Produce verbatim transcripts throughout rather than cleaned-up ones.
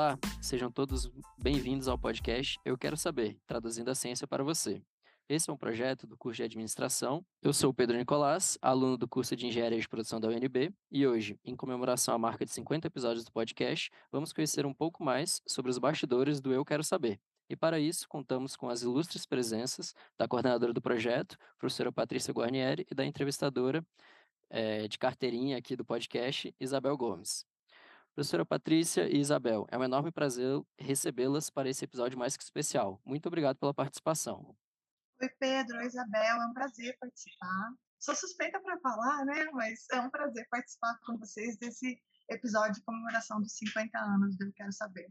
Olá, sejam todos bem-vindos ao podcast Eu Quero Saber, traduzindo a ciência para você. Esse é um projeto do curso de administração. Eu sou o Pedro Nicolás, aluno do curso de engenharia de produção da U N B, e hoje, em comemoração à marca de cinquenta episódios do podcast, vamos conhecer um pouco mais sobre os bastidores do Eu Quero Saber. E para isso, contamos com as ilustres presenças da coordenadora do projeto, professora Patrícia Guarnieri, e da entrevistadora eh, de carteirinha aqui do podcast, Isabel Gomes. Professora Patrícia e Isabel, é um enorme prazer recebê-las para esse episódio mais que especial. Muito obrigado pela participação. Oi, Pedro, oi, Isabel, é um prazer participar. Sou suspeita para falar, né? Mas é um prazer participar com vocês desse episódio de comemoração dos cinquenta anos do Eu Quero Saber.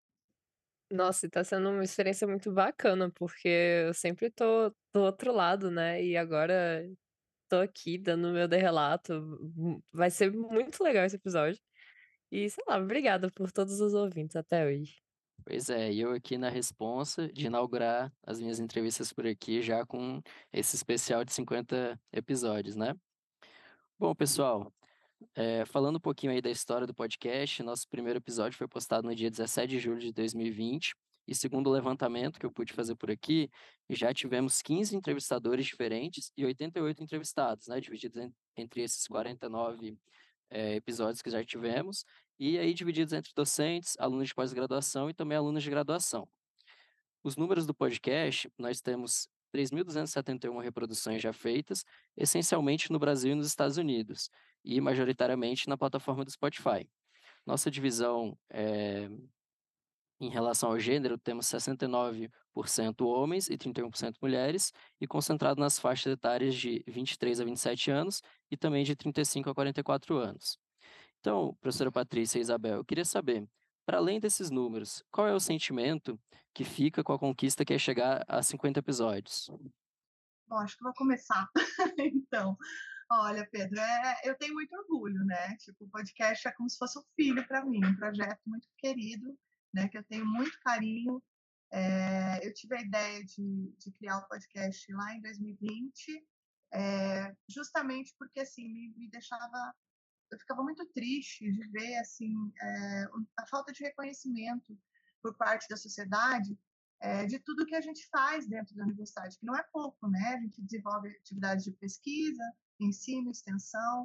Nossa, e tá sendo uma experiência muito bacana, porque eu sempre tô do outro lado, né, e agora tô aqui dando meu de relato, hum, vai ser muito legal esse episódio. E sei lá, obrigada por todos os ouvintes até hoje. Pois é, e eu aqui na responsa de inaugurar as minhas entrevistas por aqui já com esse especial de cinquenta episódios, né? Bom, pessoal, é, falando um pouquinho aí da história do podcast, nosso primeiro episódio foi postado no dia dezessete de julho de dois mil e vinte, e segundo o levantamento que eu pude fazer por aqui, já tivemos quinze entrevistadores diferentes e oitenta e oito entrevistados, né, divididos en- entre esses quarenta e nove é, episódios que já tivemos, e aí divididos entre docentes, alunos de pós-graduação e também alunos de graduação. Os números do podcast, nós temos três mil duzentas e setenta e uma reproduções já feitas, essencialmente no Brasil e nos Estados Unidos, e majoritariamente na plataforma do Spotify. Nossa divisão é, em relação ao gênero, temos sessenta e nove por cento homens e trinta e um por cento mulheres, e concentrado nas faixas etárias de vinte e três a vinte e sete anos e também de trinta e cinco a quarenta e quatro anos. Então, professora Patrícia e Isabel, eu queria saber, para além desses números, qual é o sentimento que fica com a conquista que é chegar a cinquenta episódios? Bom, acho que vou começar. Então, olha, Pedro, é, eu tenho muito orgulho, né? Tipo, o podcast é como se fosse um filho para mim, um projeto muito querido, né? Que eu tenho muito carinho. É, eu tive a ideia de, de criar o podcast lá em dois mil e vinte, é, justamente porque assim me, me deixava, eu ficava muito triste de ver assim é, a falta de reconhecimento por parte da sociedade é, de tudo que a gente faz dentro da universidade, que não é pouco, né? A gente desenvolve atividades de pesquisa, ensino, extensão,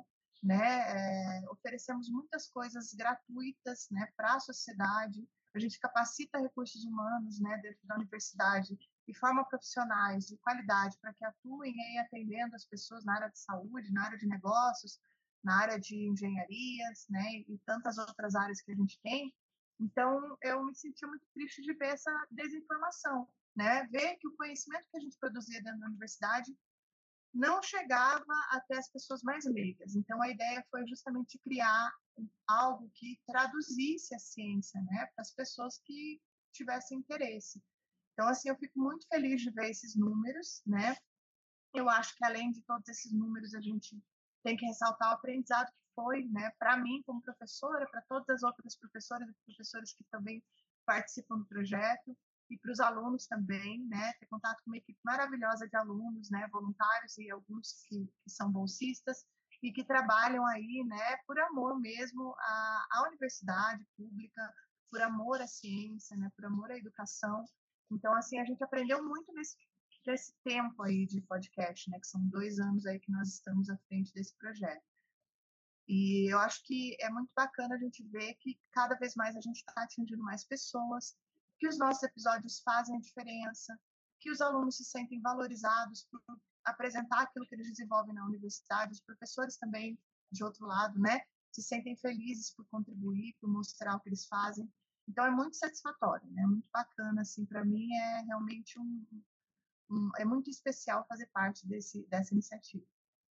né? É, oferecemos muitas coisas gratuitas, né, para a sociedade. A gente capacita recursos humanos, né, dentro da universidade e forma profissionais de qualidade para que atuem aí atendendo as pessoas na área de saúde, na área de negócios, na área de engenharias, né, e tantas outras áreas que a gente tem. Então, eu me senti muito triste de ver essa desinformação, né? Ver que o conhecimento que a gente produzia dentro da universidade não chegava até as pessoas mais leigas. Então, a ideia foi justamente criar algo que traduzisse a ciência, né, para as pessoas que tivessem interesse. Então, assim, eu fico muito feliz de ver esses números, né? Eu acho que além de todos esses números, a gente tem que ressaltar o aprendizado que foi, né, para mim como professora, para todas as outras professoras e professores que também participam do projeto e para os alunos também, né, ter contato com uma equipe maravilhosa de alunos, né, voluntários e alguns que, que são bolsistas e que trabalham aí, né, por amor mesmo à, à universidade pública, por amor à ciência, né, por amor à educação. Então, assim, a gente aprendeu muito nesse desse tempo aí de podcast, né? Que são dois anos aí que nós estamos à frente desse projeto. E eu acho que é muito bacana a gente ver que cada vez mais a gente está atingindo mais pessoas, que os nossos episódios fazem a diferença, que os alunos se sentem valorizados por apresentar aquilo que eles desenvolvem na universidade, os professores também, de outro lado, né? Se sentem felizes por contribuir, por mostrar o que eles fazem. Então é muito satisfatório, né? Muito bacana, assim, para mim é realmente um, um, é muito especial fazer parte desse, dessa iniciativa.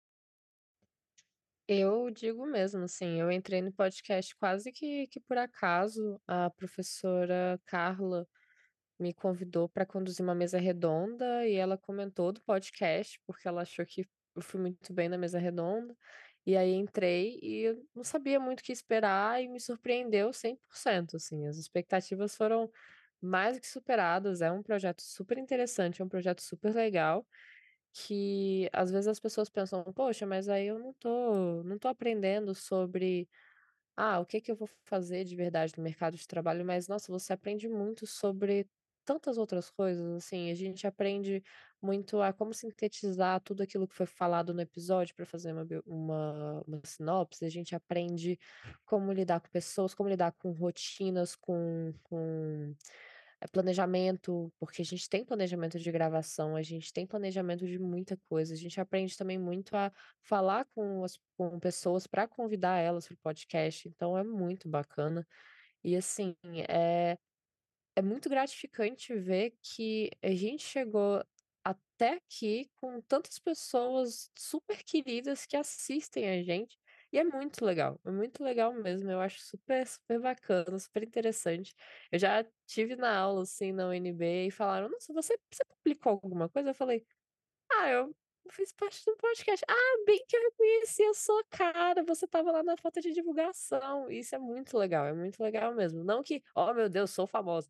Eu digo mesmo, assim, eu entrei no podcast quase que que por acaso, a professora Carla me convidou para conduzir uma mesa redonda e ela comentou do podcast, porque ela achou que eu fui muito bem na mesa redonda. E aí entrei e eu não sabia muito o que esperar e me surpreendeu cem por cento, assim, as expectativas foram mais do que superadas, é um projeto super interessante, é um projeto super legal, que às vezes as pessoas pensam: "Poxa, mas aí eu não tô não tô aprendendo sobre ah, o que que eu vou fazer de verdade no mercado de trabalho, mas nossa, você aprende muito sobre tantas outras coisas, assim, a gente aprende muito a como sintetizar tudo aquilo que foi falado no episódio para fazer uma bio uma uma sinopse, a gente aprende como lidar com pessoas, como lidar com rotinas, com com, eh, planejamento, porque a gente tem planejamento de gravação, a gente tem planejamento de muita coisa, a gente aprende também muito a falar com as com pessoas para convidar elas para o podcast, então é muito bacana. E assim, é é muito gratificante ver que a gente chegou até aqui com tantas pessoas super queridas que assistem a gente, e é muito legal, é muito legal mesmo, eu acho super, super bacana, super interessante. Eu já tive na aula, assim, na U N B e falaram: "Nossa, você você publicou alguma coisa?" Eu falei: "Ah, eu fiz parte do podcast". "Ah, bem que eu reconheci a sua cara, você estava lá na foto de divulgação". Isso é muito legal, é muito legal mesmo. Não que: "Oh, meu Deus, sou famosa",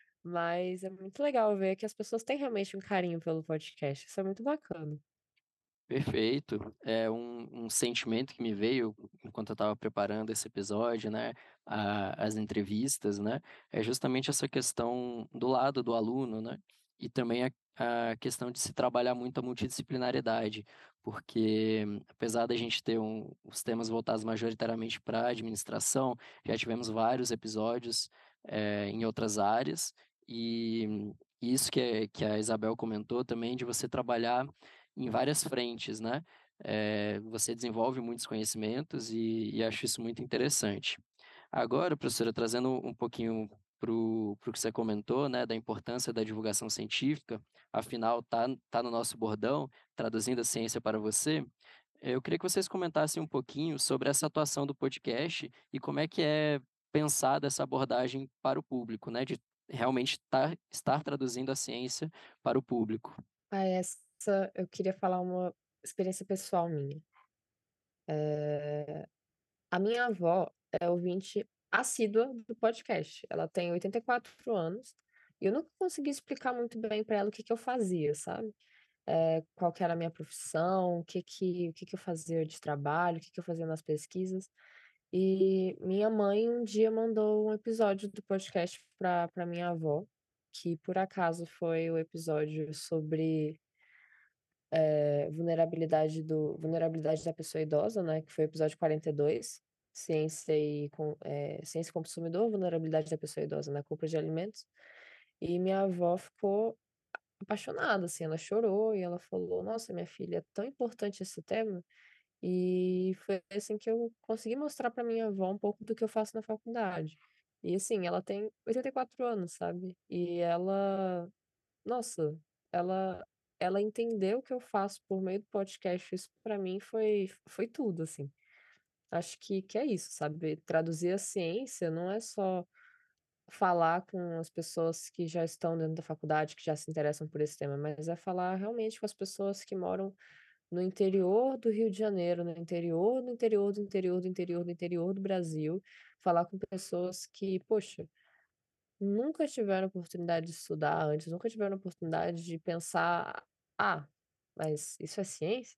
mas é muito legal ver que as pessoas têm realmente um carinho pelo podcast, isso é muito bacana. Perfeito. É um um sentimento que me veio enquanto eu estava preparando esse episódio, né, a as entrevistas, né, é justamente essa questão do lado do aluno, né, e também a a questão de se trabalhar muito a multidisciplinaridade, porque apesar da gente ter um os temas voltados majoritariamente para a administração, já tivemos vários episódios, eh, em outras áreas, e isso que é que a Isabel comentou também de você trabalhar em várias frentes, né. Eh, você desenvolve muitos conhecimentos e e acho isso muito interessante. Agora, professora, trazendo um pouquinho para o para o que você comentou, né, da importância da divulgação científica, afinal tá tá no nosso bordão, traduzindo a ciência para você, eh, eu queria que vocês comentassem um pouquinho sobre essa atuação do podcast e como é que é pensada essa abordagem para o público, né, de realmente estar estar traduzindo a ciência para o público. Ah, essa eu queria falar uma experiência pessoal minha. Eh, a minha avó é ouvinte assídua do podcast, ela tem oitenta e quatro anos, e eu nunca consegui explicar muito bem para ela o que que eu fazia, sabe. Eh, qual que era a minha profissão, o que que o que que eu fazia de trabalho, o que que eu fazia nas pesquisas. E minha mãe um dia mandou um episódio do podcast para para minha avó, que por acaso foi o episódio sobre, eh, vulnerabilidade do vulnerabilidade da pessoa idosa, né, que foi o episódio quarenta e dois, ciência e com eh, ciência e consumidor, vulnerabilidade da pessoa idosa na compra de alimentos. E minha avó ficou apaixonada, assim, ela chorou e ela falou: "Nossa, minha filha, é tão importante esse tema". E foi assim que eu consegui mostrar para minha avó um pouco do que eu faço na faculdade. E assim, ela tem oitenta e quatro anos, sabe. E ela, nossa, ela ela entendeu o que eu faço por meio do podcast, isso para mim foi foi tudo, assim. Acho que que é isso, sabe, traduzir a ciência não é só falar com as pessoas que já estão dentro da faculdade, que já se interessam por esse tema, mas é falar realmente com as pessoas que moram no interior do Rio de Janeiro, no interior do interior do interior do interior do interior do Brasil, falar com pessoas que, poxa, nunca tiveram oportunidade de estudar antes, nunca tiveram oportunidade de pensar: "Ah, mas isso é ciência?"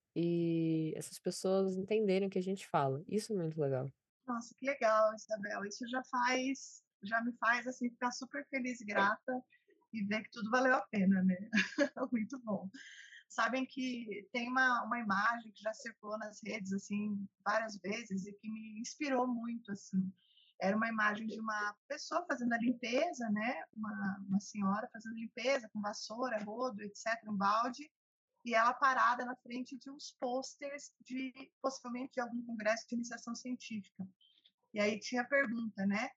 E essas pessoas entenderem o que a gente fala, isso é muito legal. Nossa, que legal, Isabel. Isso já faz, já me faz assim ficar super feliz e grata e ver que tudo valeu a pena, né? Muito bom. Sabem que tem uma, uma imagem que já circulou nas redes assim várias vezes e que me inspirou muito assim. Era uma imagem de uma pessoa fazendo a limpeza, né? Uma, uma senhora fazendo limpeza com vassoura, rodo, etcétera, um balde, e ela parada na frente de uns posters de possivelmente de algum congresso de iniciação científica. E aí tinha a pergunta, né?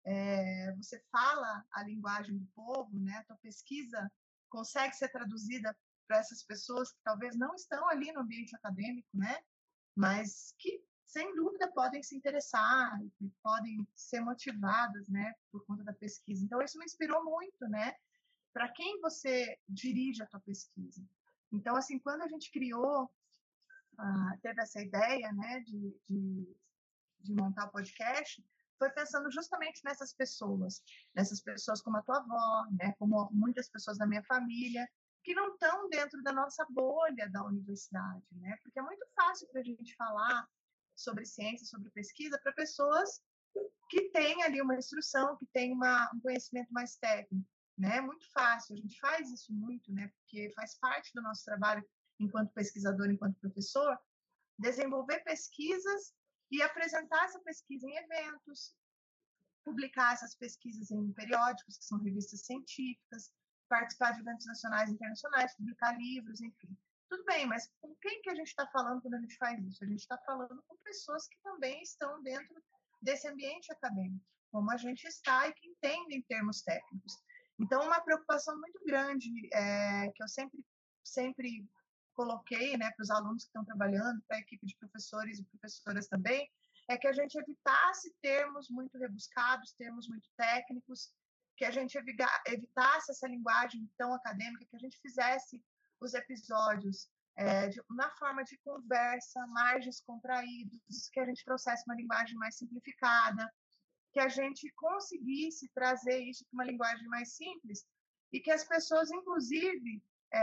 É, você fala a linguagem do povo, né? A tua pesquisa consegue ser traduzida para essas pessoas que talvez não estão ali no ambiente acadêmico, né? Mas que sem dúvida podem se interessar, e podem ser motivadas, né? Por conta da pesquisa. Então isso me inspirou muito, né? Para quem você dirige a tua pesquisa. Então assim, quando a gente criou, ah, teve essa ideia, né? De, de de montar o podcast foi pensando justamente nessas pessoas, nessas pessoas como a tua avó, né, como muitas pessoas da minha família, que não estão dentro da nossa bolha da universidade, né, porque é muito fácil para a gente falar sobre ciência, sobre pesquisa, para pessoas que têm ali uma instrução, que têm uma, um conhecimento mais técnico, né? É muito fácil, a gente faz isso muito, né? Porque faz parte do nosso trabalho enquanto pesquisador, enquanto professor, desenvolver pesquisas e apresentar essa pesquisa em eventos, publicar essas pesquisas em periódicos, que são revistas científicas, participar de eventos nacionais e internacionais, publicar livros, enfim. Tudo bem, mas com quem que a gente está falando quando a gente faz isso? A gente está falando com pessoas que também estão dentro desse ambiente acadêmico, como a gente está e que entendem termos técnicos. Então, uma preocupação muito grande é, que eu sempre, sempre coloquei, né, para os alunos que estão trabalhando, para a equipe de professores e professoras também, é que a gente evitasse termos muito rebuscados, termos muito técnicos, que a gente evitasse essa linguagem tão acadêmica, que a gente fizesse os episódios é, de, na forma de conversa, mais descontraídos, que a gente trouxesse uma linguagem mais simplificada, que a gente conseguisse trazer isso para uma linguagem mais simples e que as pessoas, inclusive,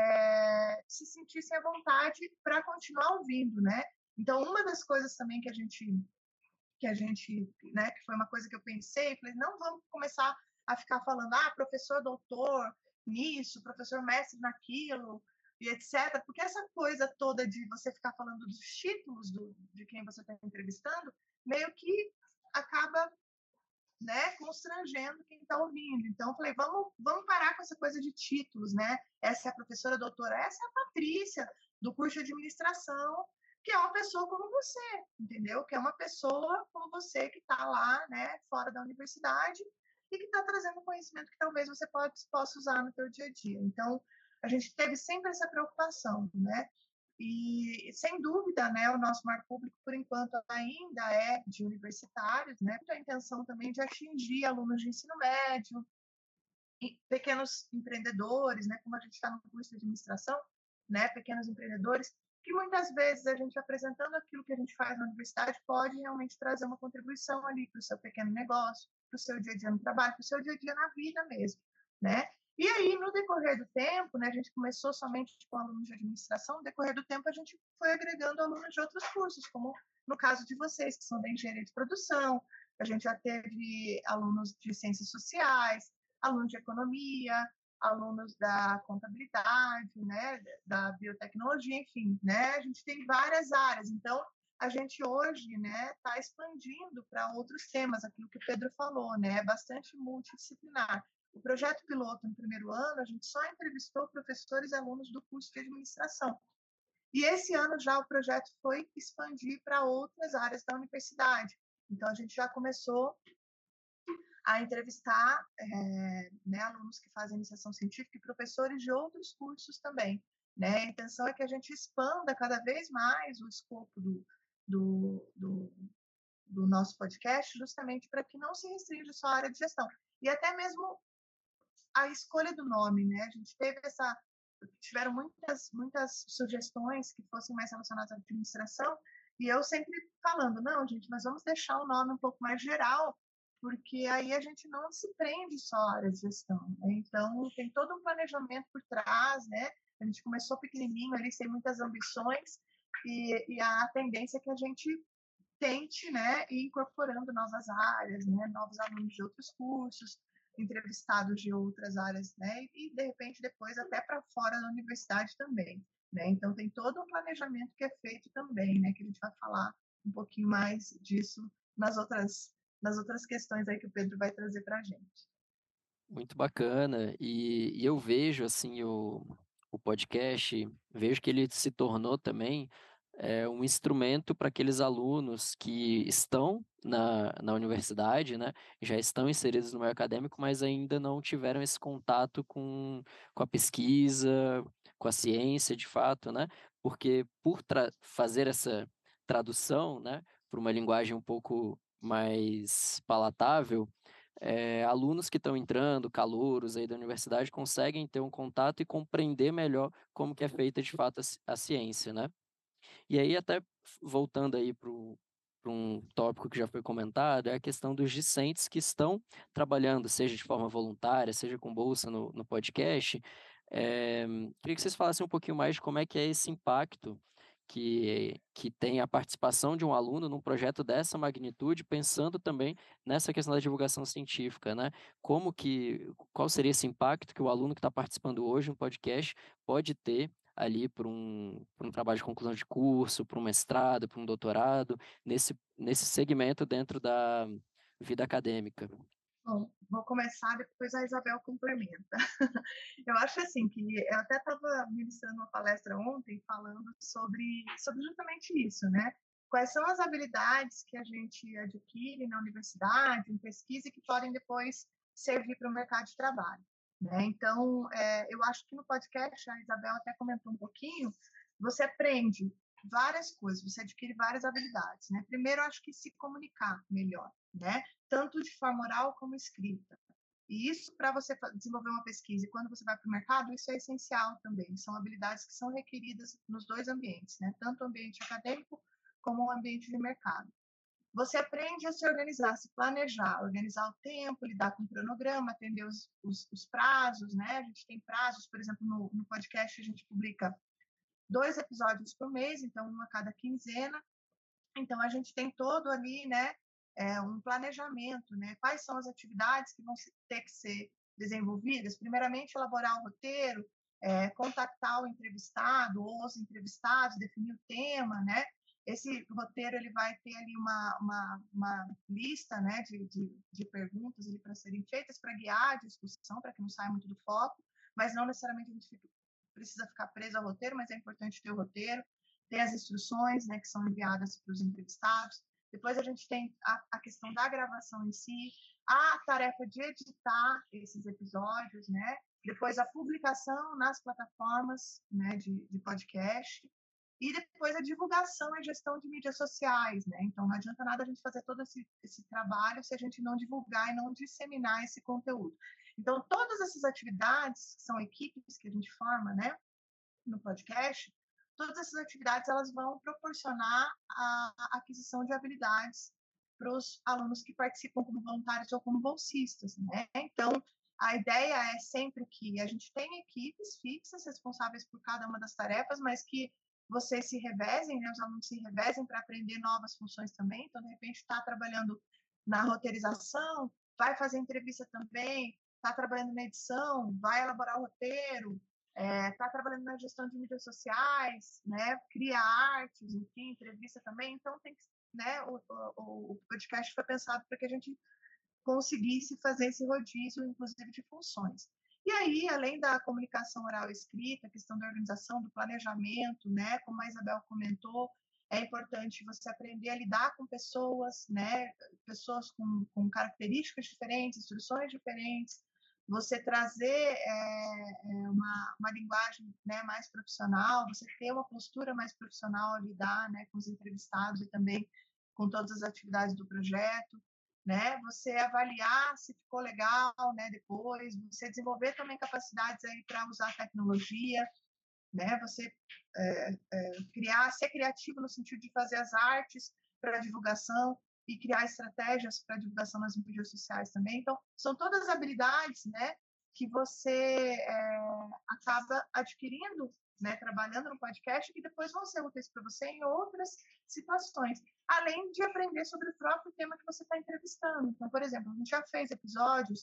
é, se sentissem à vontade para continuar ouvindo, né? Então, uma das coisas também que a gente que a gente, né, que foi uma coisa que eu pensei, falei, não vamos começar a ficar falando, ah, professor doutor nisso, professor mestre naquilo, e etcétera, porque essa coisa toda de você ficar falando dos títulos do, de quem você está entrevistando, meio que acaba, né, constrangendo quem está ouvindo. Então, eu falei, vamos, vamos parar com essa coisa de títulos, né? Essa é a professora doutora, essa é a Patrícia, do curso de administração, que é uma pessoa como você, entendeu? Que é uma pessoa como você que está lá, né, fora da universidade e que está trazendo conhecimento que talvez você pode, possa usar no seu dia a dia. Então, a gente teve sempre essa preocupação, né? E, sem dúvida, né, o nosso marco público, por enquanto, ainda é de universitários, né? A intenção também de atingir alunos de ensino médio, pequenos empreendedores, né? Como a gente está no curso de administração, né? Pequenos empreendedores, que muitas vezes a gente apresentando aquilo que a gente faz na universidade pode realmente trazer uma contribuição ali para o seu pequeno negócio, para o seu dia a dia no trabalho, para o seu dia a dia na vida mesmo, né? E aí, no decorrer do tempo, né, a gente começou somente com alunos de administração, no decorrer do tempo a gente foi agregando alunos de outros cursos, como no caso de vocês, que são da engenharia de produção, a gente já teve alunos de ciências sociais, alunos de economia, alunos da contabilidade, né, da biotecnologia, enfim, né, a gente tem várias áreas. Então, a gente hoje, né, está expandindo para outros temas, aquilo que o Pedro falou, né, é bastante multidisciplinar. O projeto piloto no primeiro ano, a gente só entrevistou professores e alunos do curso de administração. E esse ano já o projeto foi expandir para outras áreas da universidade. Então, a gente já começou a entrevistar é, né, alunos que fazem iniciação científica e professores de outros cursos também. Né? A intenção é que a gente expanda cada vez mais o escopo do, do, do, do nosso podcast, justamente para que não se restrinja só a área de gestão. E até mesmo a escolha do nome, né? A gente teve essa... Tiveram muitas, muitas sugestões que fossem mais relacionadas à administração, e eu sempre falando, não, gente, mas vamos deixar o nome um pouco mais geral, porque aí a gente não se prende só à área de gestão, né? Então, tem todo um planejamento por trás, né? A gente começou pequenininho ali, sem muitas ambições, e, e a tendência é que a gente tente, né, ir incorporando novas áreas, né, novos alunos de outros cursos, entrevistados de outras áreas, né, e de repente depois até para fora da universidade também, né? Então tem todo um planejamento que é feito também, né, que a gente vai falar um pouquinho mais disso nas outras nas outras questões aí que o Pedro vai trazer para a gente. Muito bacana, e, e eu vejo assim o, o podcast, vejo que ele se tornou também é, um instrumento para aqueles alunos que estão na, na universidade, né, já estão inseridos no meio acadêmico, mas ainda não tiveram esse contato com, com a pesquisa, com a ciência de fato, né, porque por tra- fazer essa tradução, né, para uma linguagem um pouco mais palatável, é, alunos que estão entrando, calouros aí da universidade, conseguem ter um contato e compreender melhor como que é feita de fato a, ci- a ciência, né? E aí até voltando aí para um tópico que já foi comentado, é a questão dos discentes que estão trabalhando, seja de forma voluntária, seja com bolsa no, no podcast. É, queria que vocês falassem um pouquinho mais de como é que é esse impacto que, que tem a participação de um aluno num projeto dessa magnitude, pensando também nessa questão da divulgação científica, né? Como que, qual seria esse impacto que o aluno que está participando hoje no podcast pode ter ali para um, para um trabalho de conclusão de curso, para um mestrado, para um doutorado, nesse, nesse segmento dentro da vida acadêmica. Bom, vou começar, depois a Isabel complementa. Eu acho assim que eu até estava ministrando uma palestra ontem falando sobre, sobre justamente isso, né? Quais são as habilidades que a gente adquire na universidade, em pesquisa, e que podem depois servir para o mercado de trabalho, né? Então, é, eu acho que no podcast, a Isabel até comentou um pouquinho, você aprende várias coisas, você adquire várias habilidades, né? Primeiro, eu acho que se comunicar melhor, né? Tanto de forma oral como escrita. E isso, para você desenvolver uma pesquisa e quando você vai para o mercado, isso é essencial também. São habilidades que são requeridas nos dois ambientes, né? Tanto o ambiente acadêmico como o ambiente de mercado. Você aprende a se organizar, se planejar, organizar o tempo, lidar com o cronograma, atender os, os, os prazos, né? A gente tem prazos, por exemplo, no, no podcast a gente publica dois episódios por mês, então um a cada quinzena. Então, a gente tem todo ali, né, é, um planejamento, né? Quais são as atividades que vão ter que ser desenvolvidas? Primeiramente, elaborar o roteiro, é, contactar o entrevistado ou os entrevistados, definir o tema, né? Esse roteiro ele vai ter ali uma, uma, uma lista, né, de, de, de perguntas para serem feitas para guiar a discussão, para que não saia muito do foco, mas não necessariamente a gente fica, precisa ficar preso ao roteiro, mas é importante ter o roteiro. Tem as instruções, né, que são enviadas para os entrevistados. Depois a gente tem a, a questão da gravação em si, a tarefa de editar esses episódios, né? Depois a publicação nas plataformas, né, de, de podcast. E depois a divulgação e gestão de mídias sociais, né? Então não adianta nada a gente fazer todo esse, esse trabalho se a gente não divulgar e não disseminar esse conteúdo. Então todas essas atividades, que são equipes que a gente forma, né, no podcast, todas essas atividades elas vão proporcionar a aquisição de habilidades para os alunos que participam como voluntários ou como bolsistas, né? Então, a ideia é sempre que a gente tenha equipes fixas responsáveis por cada uma das tarefas, mas que vocês se revezem, né? Os alunos se revezem para aprender novas funções também. Então, de repente, está trabalhando na roteirização, vai fazer entrevista também, está trabalhando na edição, vai elaborar o roteiro, está é, trabalhando na gestão de mídias sociais, né, cria artes, enfim, entrevista também. Então, tem que, né, o, o, o podcast foi pensado para que a gente conseguisse fazer esse rodízio, inclusive, de funções. E aí, além da comunicação oral e escrita, a questão da organização, do planejamento, né, como a Isabel comentou, é importante você aprender a lidar com pessoas, né, pessoas com, com características diferentes, instruções diferentes, você trazer é, uma, uma linguagem, né, mais profissional, você ter uma postura mais profissional a lidar, né, com os entrevistados e também com todas as atividades do projeto, né, você avaliar se ficou legal, né, depois, você desenvolver também capacidades aí para usar tecnologia, né, você é, é, criar, ser criativo no sentido de fazer as artes para divulgação, e criar estratégias para divulgação nas mídias sociais também. Então, são todas habilidades, né, que você é, acaba adquirindo, né, trabalhando no podcast, que depois vão ser úteis para você em outras situações, além de aprender sobre o próprio tema que você está entrevistando. Então, por exemplo, a gente já fez episódios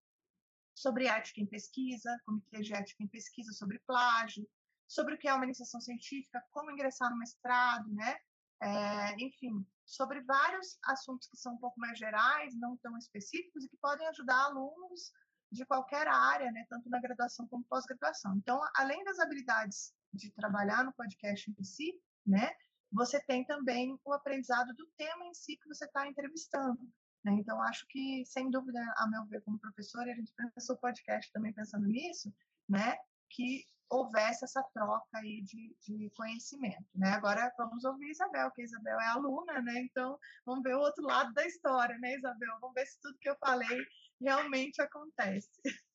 sobre ética em pesquisa, comitê de ética em pesquisa sobre plágio, sobre o que é uma iniciação científica, como ingressar no mestrado, né? É, enfim, sobre vários assuntos que são um pouco mais gerais, não tão específicos, e que podem ajudar alunos de qualquer área, né, tanto na graduação como pós-graduação. Então, além das habilidades de trabalhar no podcast em si, né, você tem também o aprendizado do tema em si que você está entrevistando. Né? Então, acho que, sem dúvida, a meu ver, como professora, a gente pensou o podcast também pensando nisso, né, que houvesse essa troca aí de, de conhecimento, né? Agora vamos ouvir Isabel, que a Isabel é aluna, né? Então vamos ver o outro lado da história, né, Isabel? Vamos ver se tudo que eu falei realmente acontece.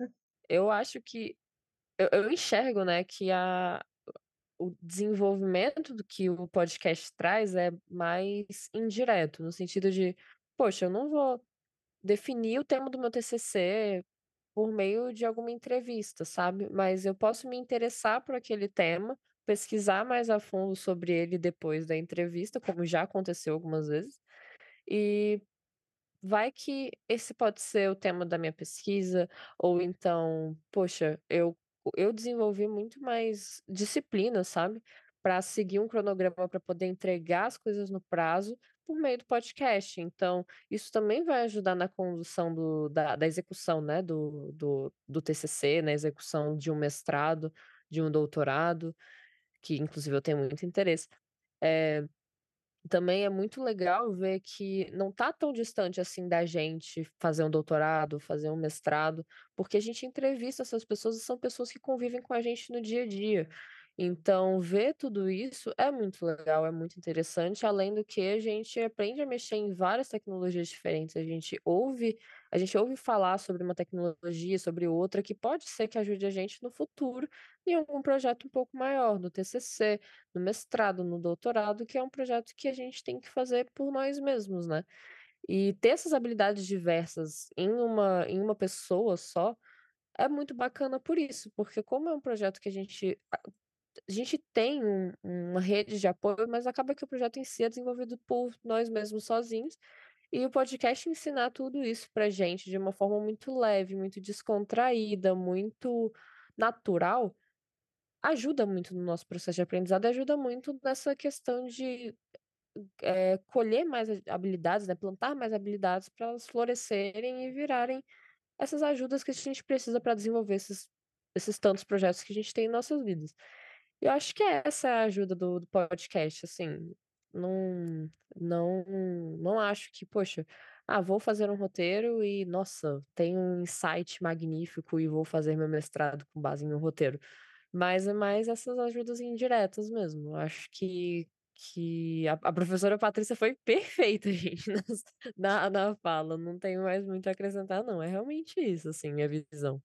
Eu acho que eu, eu enxergo, né, que a, o desenvolvimento do que o podcast traz é mais indireto, no sentido de, poxa, eu não vou definir o tema do meu T C C por meio de alguma entrevista, sabe? Mas eu posso me interessar por aquele tema pesquisar mais a fundo sobre ele depois da entrevista, como já aconteceu algumas vezes, e vai que esse pode ser o tema da minha pesquisa, ou então, poxa, eu eu desenvolvi muito mais disciplina, sabe, para seguir um cronograma para poder entregar as coisas no prazo por meio do podcast. Então, isso também vai ajudar na condução do da da execução, né, do do do T C C, na execução de um mestrado, de um doutorado, que inclusive eu tenho muito interesse. Eh Também é muito legal ver que não tá tão distante, assim, da gente fazer um doutorado, fazer um mestrado, porque a gente entrevista essas pessoas e são pessoas que convivem com a gente no dia a dia. Então, ver tudo isso é muito legal, é muito interessante, além do que a gente aprende a mexer em várias tecnologias diferentes, a gente ouve a gente ouve falar sobre uma tecnologia, sobre outra, que pode ser que ajude a gente no futuro em algum projeto um pouco maior, no T C C, no mestrado, no doutorado, que é um projeto que a gente tem que fazer por nós mesmos, né. E ter essas habilidades diversas em uma em uma pessoa só, é muito bacana por isso, porque como é um projeto que a gente a a gente tem um uma rede de apoio, mas acaba que o projeto em si é desenvolvido por nós mesmos sozinhos, e o podcast ensinar tudo isso pra gente de uma forma muito leve, muito descontraída, muito natural, ajuda muito no nosso processo de aprendizado e ajuda muito nessa questão de, eh, colher mais ha habilidades, né, plantar mais habilidades para elas florescerem e virarem essas ajudas que a gente precisa para desenvolver esses esses tantos projetos que a gente tem em nossas vidas. Eu acho que essa é a ajuda do do podcast, assim, não não não acho que, poxa, ah, vou fazer um roteiro e, nossa, tenho um insight magnífico e vou fazer meu mestrado com base em um roteiro. Mas é mais essas ajudas indiretas mesmo. Eu acho que que a a professora Patrícia foi perfeita, gente, nas na na fala, não tenho mais muito a acrescentar não, é realmente isso, assim, minha visão.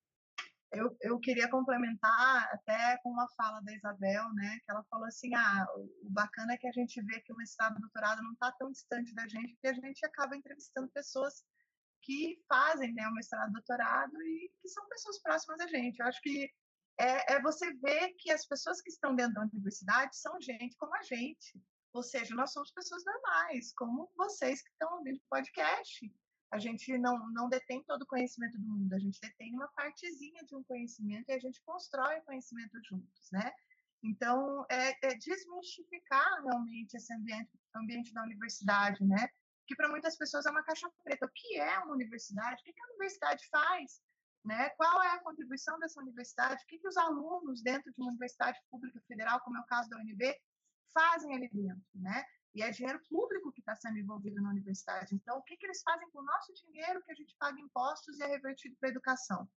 Eu, eu queria complementar até com uma fala da Isabel, né, que ela falou assim, ah, o bacana é que a gente vê que o mestrado, doutorado não está tão distante da gente, porque a gente acaba entrevistando pessoas que fazem, né, o mestrado, doutorado e que são pessoas próximas a gente. Eu acho que é, é você ver que as pessoas que estão dentro da universidade são gente como a gente, ou seja, nós somos pessoas normais, como vocês que estão ouvindo o podcast. A gente não, não detém todo o conhecimento do mundo, a gente detém uma partezinha de um conhecimento e a gente constrói o conhecimento juntos, né? Então, é, é desmistificar realmente esse ambiente, ambiente da universidade, né? Que para muitas pessoas é uma caixa preta. O que é uma universidade? O que a universidade faz? Né? Qual é a contribuição dessa universidade? O que, que os alunos dentro de uma universidade pública federal, como é o caso da U N B, fazem ali dentro? Né? E é dinheiro público que está sendo envolvido na universidade. Então, o que, que eles fazem com o nosso dinheiro que a gente paga impostos e é revertido para a educação?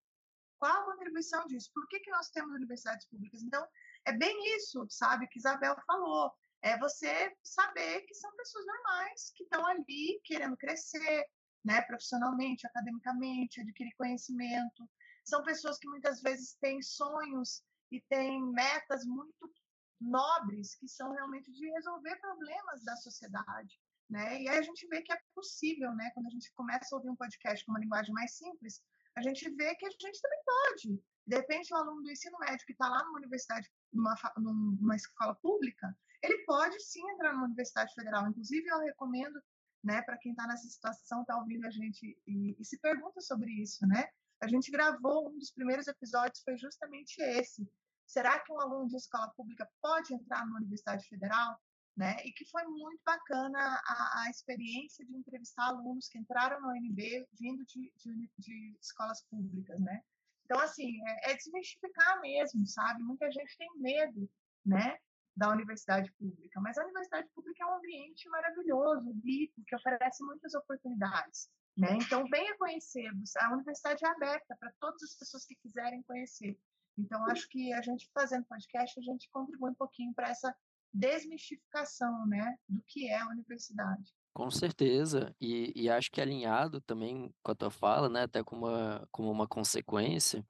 Qual a contribuição disso? Por que, que nós temos universidades públicas? Então, é bem isso, sabe, que Isabel falou. É você saber que são pessoas normais que estão ali querendo crescer, né, profissionalmente, academicamente, adquirir conhecimento. São pessoas que muitas vezes têm sonhos e têm metas muito nobres, que são realmente de resolver problemas da sociedade. Né? E aí a gente vê que é possível, né? Quando a gente começa a ouvir um podcast com uma linguagem mais simples, a gente vê que a gente também pode. De repente, o aluno do ensino médio que está lá numa universidade, numa, numa escola pública, ele pode sim entrar numa universidade federal. Inclusive, eu recomendo, né, para quem está nessa situação, está ouvindo a gente e, e se pergunta sobre isso, né? A gente gravou um dos primeiros episódios, foi justamente esse. Será que um aluno de escola pública pode entrar numa universidade federal? Né? E que foi muito bacana a, a experiência de entrevistar alunos que entraram na U N B vindo de, de, de escolas públicas, né? Então, assim, é, é desmistificar mesmo, sabe? Muita gente tem medo, né, da universidade pública, mas a universidade pública é um ambiente maravilhoso, rico, que oferece muitas oportunidades, né? Então, venha conhecer, a universidade é aberta para todas as pessoas que quiserem conhecer. Então, acho que a gente fazendo podcast, a gente contribui um pouquinho para essa desmistificação, né, do que é a universidade. Com certeza, e e acho que alinhado também com a tua fala, né, até como uma como uma consequência,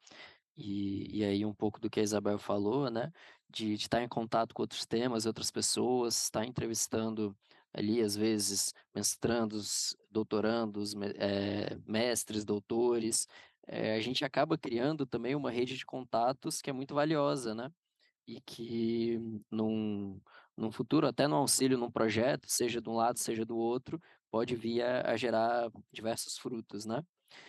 e e aí um pouco do que a Isabel falou, né, de de estar em contato com outros temas, outras pessoas, estar entrevistando ali, às vezes, mestrandos, doutorandos, me eh, mestres, doutores, eh, a gente acaba criando também uma rede de contatos que é muito valiosa, né. e que num, num futuro, até no auxílio num projeto, seja de um lado, seja do outro, pode vir a, a gerar diversos frutos, né?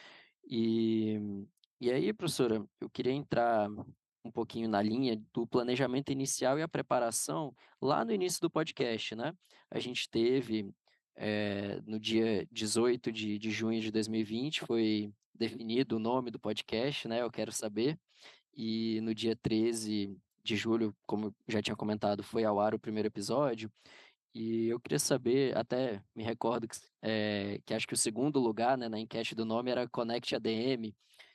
E, e aí, professora, eu queria entrar um pouquinho na linha do planejamento inicial e a preparação lá no início do podcast, né? A gente teve, eh, no dia dezoito de, de junho de dois mil e vinte, foi definido o nome do podcast, né? Eu quero saber. E no dia treze de julho, como eu já tinha comentado, foi ao ar o primeiro episódio. E eu queria saber, até me recordo que, eh, que acho que o segundo lugar, né, na enquete do nome era Connect A D M,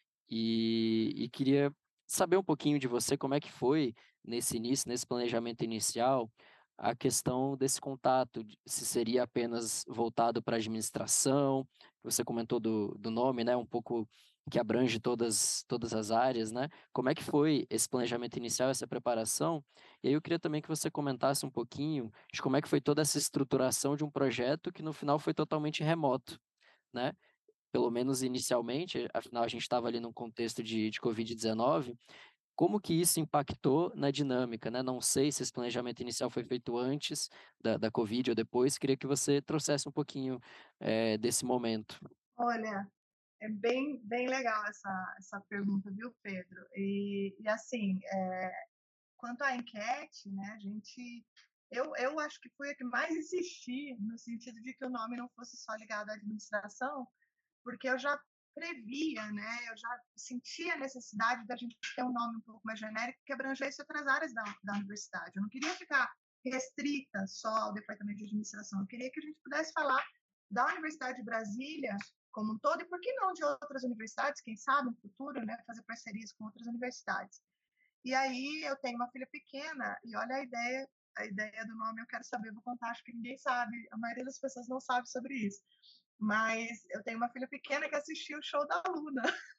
e, e queria saber um pouquinho de você, como é que foi nesse início, nesse planejamento inicial, a questão desse contato, de- se seria apenas voltado para a administração, você comentou do, do nome, né, um pouco que abrange todas, todas as áreas, né? Como é que foi esse planejamento inicial, essa preparação? E aí eu queria também que você comentasse um pouquinho de como é que foi toda essa estruturação de um projeto que no final foi totalmente remoto, né? Pelo menos inicialmente, afinal a gente estava ali num contexto de, de covid dezenove, como que isso impactou na dinâmica, né? Não sei se esse planejamento inicial foi feito antes da, da Covid ou depois, queria que você trouxesse um pouquinho eh, desse momento. Olha, é bem, bem legal essa, essa pergunta, viu, Pedro? E, e assim, é, quanto à enquete, né, a gente. Eu, eu acho que fui a que mais insisti no sentido de que o nome não fosse só ligado à administração, porque eu já previa, né, eu já sentia a necessidade da gente ter um nome um pouco mais genérico que abrangesse outras áreas da, da universidade. Eu não queria ficar restrita só ao departamento de administração, eu queria que a gente pudesse falar da Universidade de Brasília como um todo, e por que não de outras universidades, quem sabe no futuro, né, fazer parcerias com outras universidades. E aí eu tenho uma filha pequena e olha a ideia, a ideia do nome eu quero saber, vou contar, acho que ninguém sabe, a maioria das pessoas não sabe sobre isso. Mas eu tenho uma filha pequena que assistiu o show da Luna.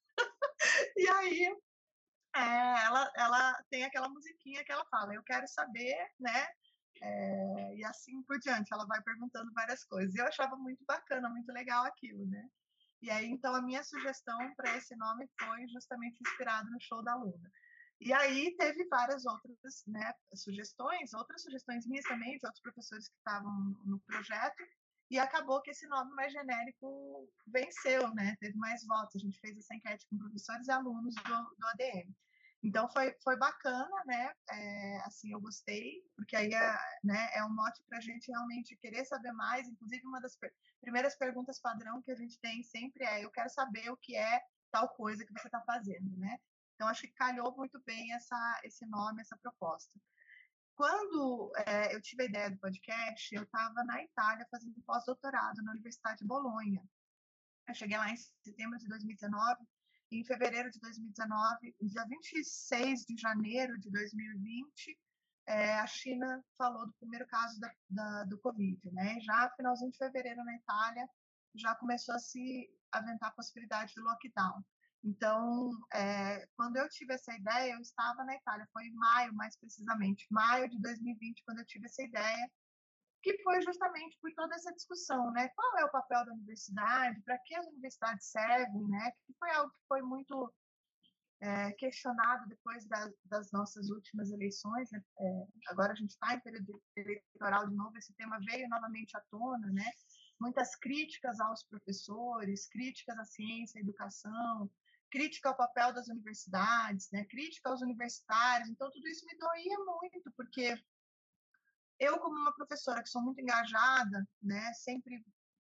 E aí é, ela, ela tem aquela musiquinha que ela fala, eu quero saber, né? É, e assim por diante, ela vai perguntando várias coisas. E eu achava muito bacana, muito legal aquilo, né? E aí, então, a minha sugestão para esse nome foi justamente inspirado no show da Luna. E aí teve várias outras, né, sugestões, outras sugestões minhas também, de outros professores que estavam no projeto, e acabou que esse nome mais genérico venceu, né? Teve mais votos. A gente fez essa enquete com professores e alunos do, do A D M. Então foi, foi bacana, né? É, assim, eu gostei, porque aí é, né, é um mote para a gente realmente querer saber mais. Inclusive, uma das per primeiras perguntas padrão que a gente tem sempre é: eu quero saber o que é tal coisa que você está fazendo, né? Então, acho que calhou muito bem essa, esse nome, essa proposta. Quando é, eu tive a ideia do podcast, eu estava na Itália fazendo pós-doutorado na Universidade de Bolonha. Eu cheguei lá em setembro de dois mil e dezenove, e em fevereiro de dois mil e dezenove, dia vinte e seis de janeiro de dois mil e vinte, é, a China falou do primeiro caso da, da, do Covid, né? Já no finalzinho de fevereiro na Itália, já começou a se aventar a possibilidade do lockdown. Então, é, quando eu tive essa ideia, eu estava na Itália, foi em maio, mais precisamente, maio de dois mil e vinte, quando eu tive essa ideia, que foi justamente por toda essa discussão, né? Qual é o papel da universidade? Para que as universidades servem, né? Que foi algo que foi muito é, questionado depois da, das nossas últimas eleições, né? É, agora a gente está em período eleitoral de novo, esse tema veio novamente à tona, né? Muitas críticas aos professores, críticas à ciência, à educação, crítica ao papel das universidades, né? Crítica aos universitários. Então tudo isso me doía muito, porque eu, como uma professora que sou muito engajada, né, sempre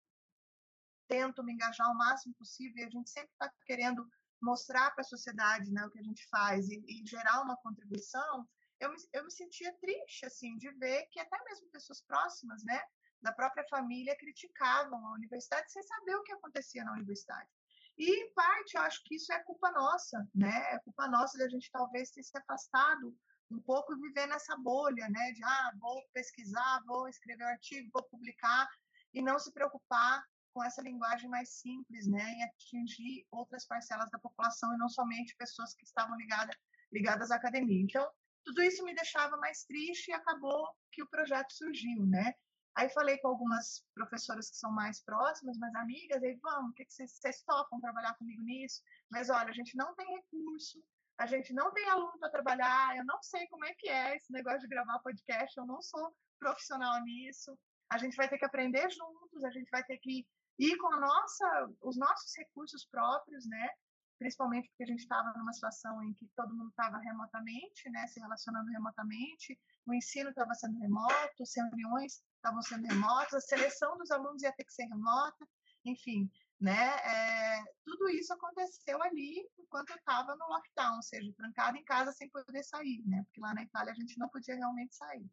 tento me engajar o máximo possível, e a gente sempre está querendo mostrar para a sociedade, né, o que a gente faz e, e gerar uma contribuição, eu me, eu me sentia triste, assim, de ver que até mesmo pessoas próximas, né, da própria família criticavam a universidade sem saber o que acontecia na universidade. E, em parte, eu acho que isso é culpa nossa, né? É culpa nossa de a gente talvez ter se afastado um pouco e viver nessa bolha, né? De, ah, vou pesquisar, vou escrever um artigo, vou publicar, e não se preocupar com essa linguagem mais simples, né? Em atingir outras parcelas da população e não somente pessoas que estavam ligadas, ligadas à academia. Então, tudo isso me deixava mais triste e acabou que o projeto surgiu, né? Aí falei com algumas professoras que são mais próximas, mais amigas, aí vamos, o que, que vocês, vocês topam trabalhar comigo nisso? Mas olha, a gente não tem recurso, a gente não tem aluno para trabalhar, eu não sei como é que é esse negócio de gravar podcast, eu não sou profissional nisso. A gente vai ter que aprender juntos, a gente vai ter que ir com a nossa, os nossos recursos próprios, né? Principalmente porque a gente estava numa situação em que todo mundo estava remotamente, né? Se relacionando remotamente, o ensino estava sendo remoto, as reuniões estavam sendo remotas, a seleção dos alunos ia ter que ser remota, enfim, né? É, tudo isso aconteceu ali enquanto eu estava no lockdown, ou seja, trancada em casa sem poder sair, né? Porque lá na Itália a gente não podia realmente sair.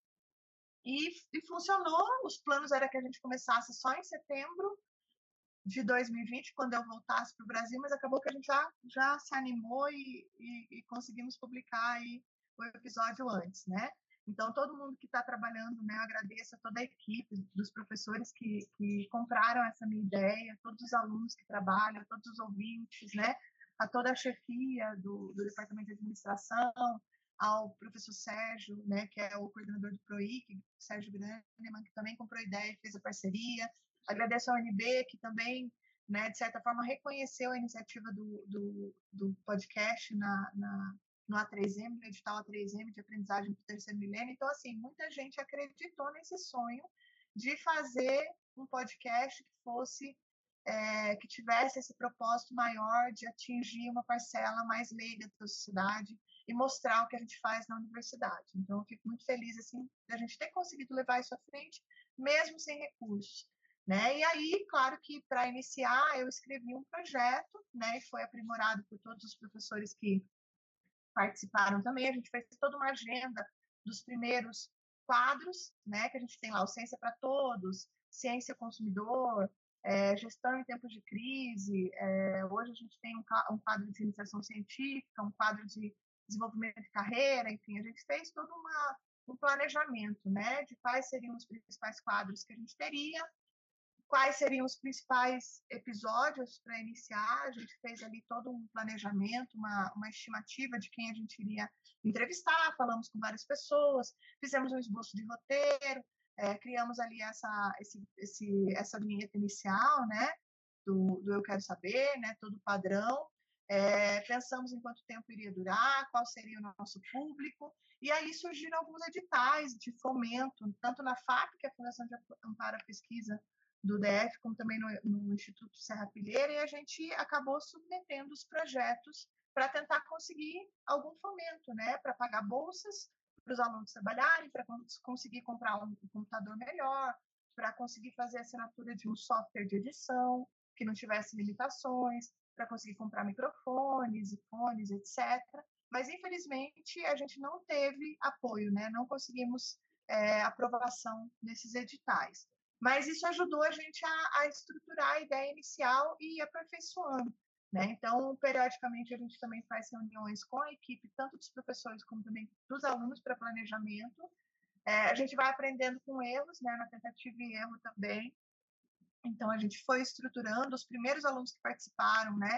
E, e funcionou, os planos era que a gente começasse só em setembro de dois mil e vinte, quando eu voltasse para o Brasil, mas acabou que a gente já, já se animou e, e, e conseguimos publicar aí o episódio antes, né? Então, todo mundo que está trabalhando, né, eu agradeço a toda a equipe, dos professores que, que compraram essa minha ideia, todos os alunos que trabalham, todos os ouvintes, né, a toda a chefia do, do Departamento de Administração, ao professor Sérgio, né, que é o coordenador do PROIC, Sérgio Graneman, que também comprou a ideia e fez a parceria. Agradeço ao U N B, que também, né, de certa forma, reconheceu a iniciativa do, do, do podcast na, na, no A três M, no edital A três M de aprendizagem do terceiro milênio. Então, assim, muita gente acreditou nesse sonho de fazer um podcast que fosse, é, que tivesse esse propósito maior de atingir uma parcela mais leiga da sociedade e mostrar o que a gente faz na universidade. Então, eu fico muito feliz, assim, da gente ter conseguido levar isso à frente, mesmo sem recursos. Né? E aí, claro que para iniciar, eu escrevi um projeto, né, e foi aprimorado por todos os professores que participaram também. A gente fez toda uma agenda dos primeiros quadros, né, que a gente tem lá, o Ciência para Todos, Ciência Consumidor, é, Gestão em Tempos de Crise. É, hoje a gente tem um, um quadro de iniciação científica, um quadro de desenvolvimento de carreira, enfim, a gente fez todo uma, um planejamento, né, de quais seriam os principais quadros que a gente teria, quais seriam os principais episódios para iniciar. A gente fez ali todo um planejamento, uma, uma estimativa de quem a gente iria entrevistar, falamos com várias pessoas, fizemos um esboço de roteiro, é, criamos ali essa, esse, esse, essa vinheta inicial, né, do, do Eu Quero Saber, né, todo padrão. É, pensamos em quanto tempo iria durar, qual seria o nosso público, e aí surgiram alguns editais de fomento, tanto na F A P, que é a Fundação de Amparo à Pesquisa do D F, como também no, no Instituto Serra Pilheira, e a gente acabou submetendo os projetos para tentar conseguir algum fomento, né, para pagar bolsas para os alunos trabalharem, para conseguir comprar um computador melhor, para conseguir fazer a assinatura de um software de edição que não tivesse limitações, para conseguir comprar microfones, fones, etcétera. Mas, infelizmente, a gente não teve apoio, né? Não conseguimos é, aprovação nesses editais. Mas isso ajudou a gente a, a estruturar a ideia inicial e ir aperfeiçoando. Né? Então, periodicamente, a gente também faz reuniões com a equipe, tanto dos professores como também dos alunos, para planejamento. É, a gente vai aprendendo com erros, né? Na tentativa e erro também. Então, a gente foi estruturando os primeiros alunos que participaram, né,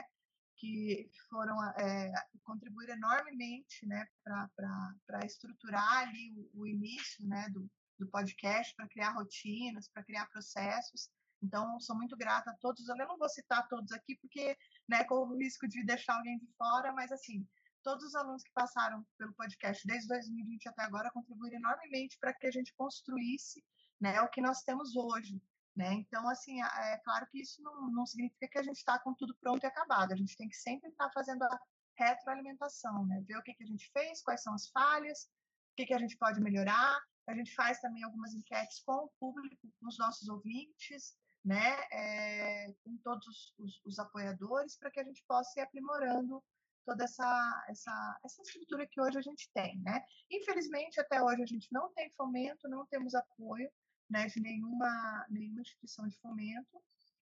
que foram é, contribuir enormemente, né, para estruturar ali o, o início, né, do, do podcast, para criar rotinas, para criar processos. Então, sou muito grata a todos. Eu não vou citar todos aqui, porque, né, corro o risco de deixar alguém de fora, mas, assim, todos os alunos que passaram pelo podcast desde dois mil e vinte até agora contribuíram enormemente para que a gente construísse, né, o que nós temos hoje. Né? Então, assim, é claro que isso não, não significa que a gente está com tudo pronto e acabado. A gente tem que sempre estar tá fazendo a retroalimentação, né? Ver o que, que a gente fez, quais são as falhas, o que, que a gente pode melhorar. A gente faz também algumas enquetes com o público, com os nossos ouvintes, né? É, com todos os, os apoiadores, para que a gente possa ir aprimorando toda essa, essa, essa estrutura que hoje a gente tem, né? Infelizmente, até hoje a gente não tem fomento, não temos apoio, né, de nenhuma, nenhuma instituição de fomento.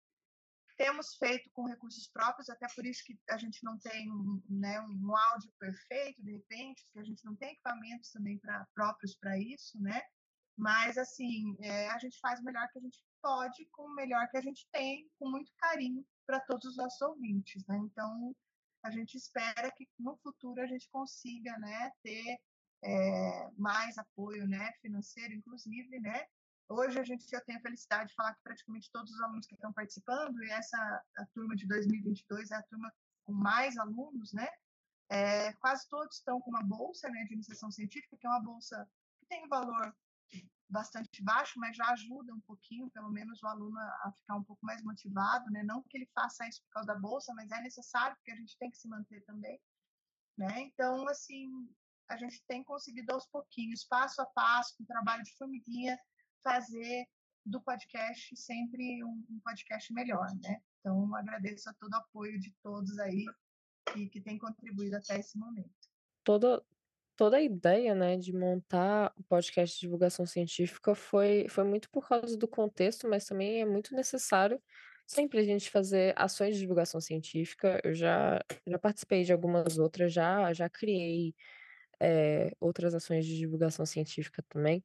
Temos feito com recursos próprios, até por isso que a gente não tem um, né, um áudio perfeito, de repente, porque a gente não tem equipamentos também pra, próprios para isso, né? Mas, assim, é, a gente faz o melhor que a gente pode, com o melhor que a gente tem, com muito carinho para todos os nossos ouvintes, né? Então, a gente espera que no futuro a gente consiga, né, ter é, mais apoio, né, financeiro, inclusive, né? Hoje a gente já tem a felicidade de falar que praticamente todos os alunos que estão participando, e essa a turma de dois mil e vinte e dois é a turma com mais alunos, né? É, quase todos estão com uma bolsa, né, de iniciação científica, que é uma bolsa que tem um valor bastante baixo, mas já ajuda um pouquinho, pelo menos o aluno a ficar um pouco mais motivado, né? Não que ele faça isso por causa da bolsa, mas é necessário, porque a gente tem que se manter também, né? Então, assim, a gente tem conseguido aos pouquinhos, passo a passo, com trabalho de formiguinha, fazer do podcast sempre um, um podcast melhor, né? Então, agradeço a todo o apoio de todos aí que, que tem contribuído até esse momento. Toda toda a ideia, né, de montar o podcast de divulgação científica foi foi muito por causa do contexto, mas também é muito necessário sempre a gente fazer ações de divulgação científica. Eu já já participei de algumas outras, já já criei, eh, outras ações de divulgação científica também.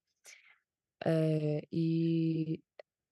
Eh, e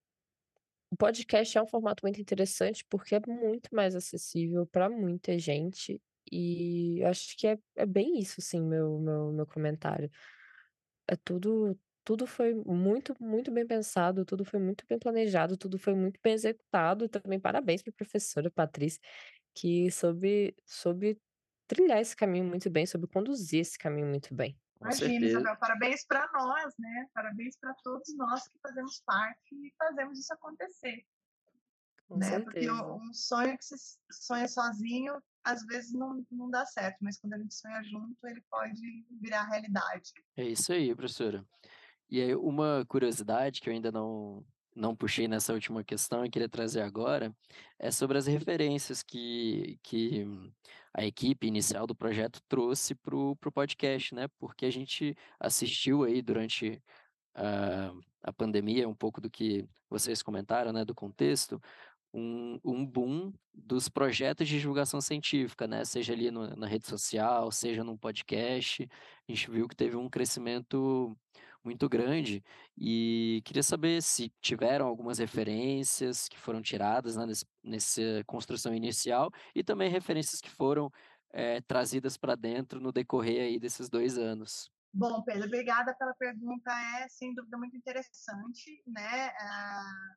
o podcast é um formato muito interessante, porque é muito mais acessível para muita gente, e eu acho que é é bem isso, assim, meu meu meu comentário. É tudo tudo foi muito, muito bem pensado, tudo foi muito bem planejado, tudo foi muito bem executado, e também parabéns para a professora Patrícia, que soube soube trilhar esse caminho muito bem, soube conduzir esse caminho muito bem. Com Imagina, certeza, Isabel, parabéns para nós, né? Parabéns para todos nós que fazemos parte e fazemos isso acontecer, Com né? Porque certeza. um sonho que se sonha sozinho, às vezes não, não dá certo, mas quando a gente sonha junto, ele pode virar realidade. é isso aí, professora. E aí, uma curiosidade que eu ainda não, não puxei nessa última questão e queria trazer agora é sobre as referências que, que a equipe inicial do projeto trouxe para o podcast, né? Porque a gente assistiu aí durante a, a pandemia, um pouco do que vocês comentaram, né? Do contexto, um, um boom dos projetos de divulgação científica, né? Seja ali no- na rede social, seja num podcast. A gente viu que teve um crescimento muito grande e queria saber se tiveram algumas referências que foram tiradas, né, nesse, nessa construção inicial e também referências que foram eh, trazidas para dentro no decorrer aí desses dois anos. Bom, Pedro, obrigada pela pergunta, é sem dúvida muito interessante, né? Ah,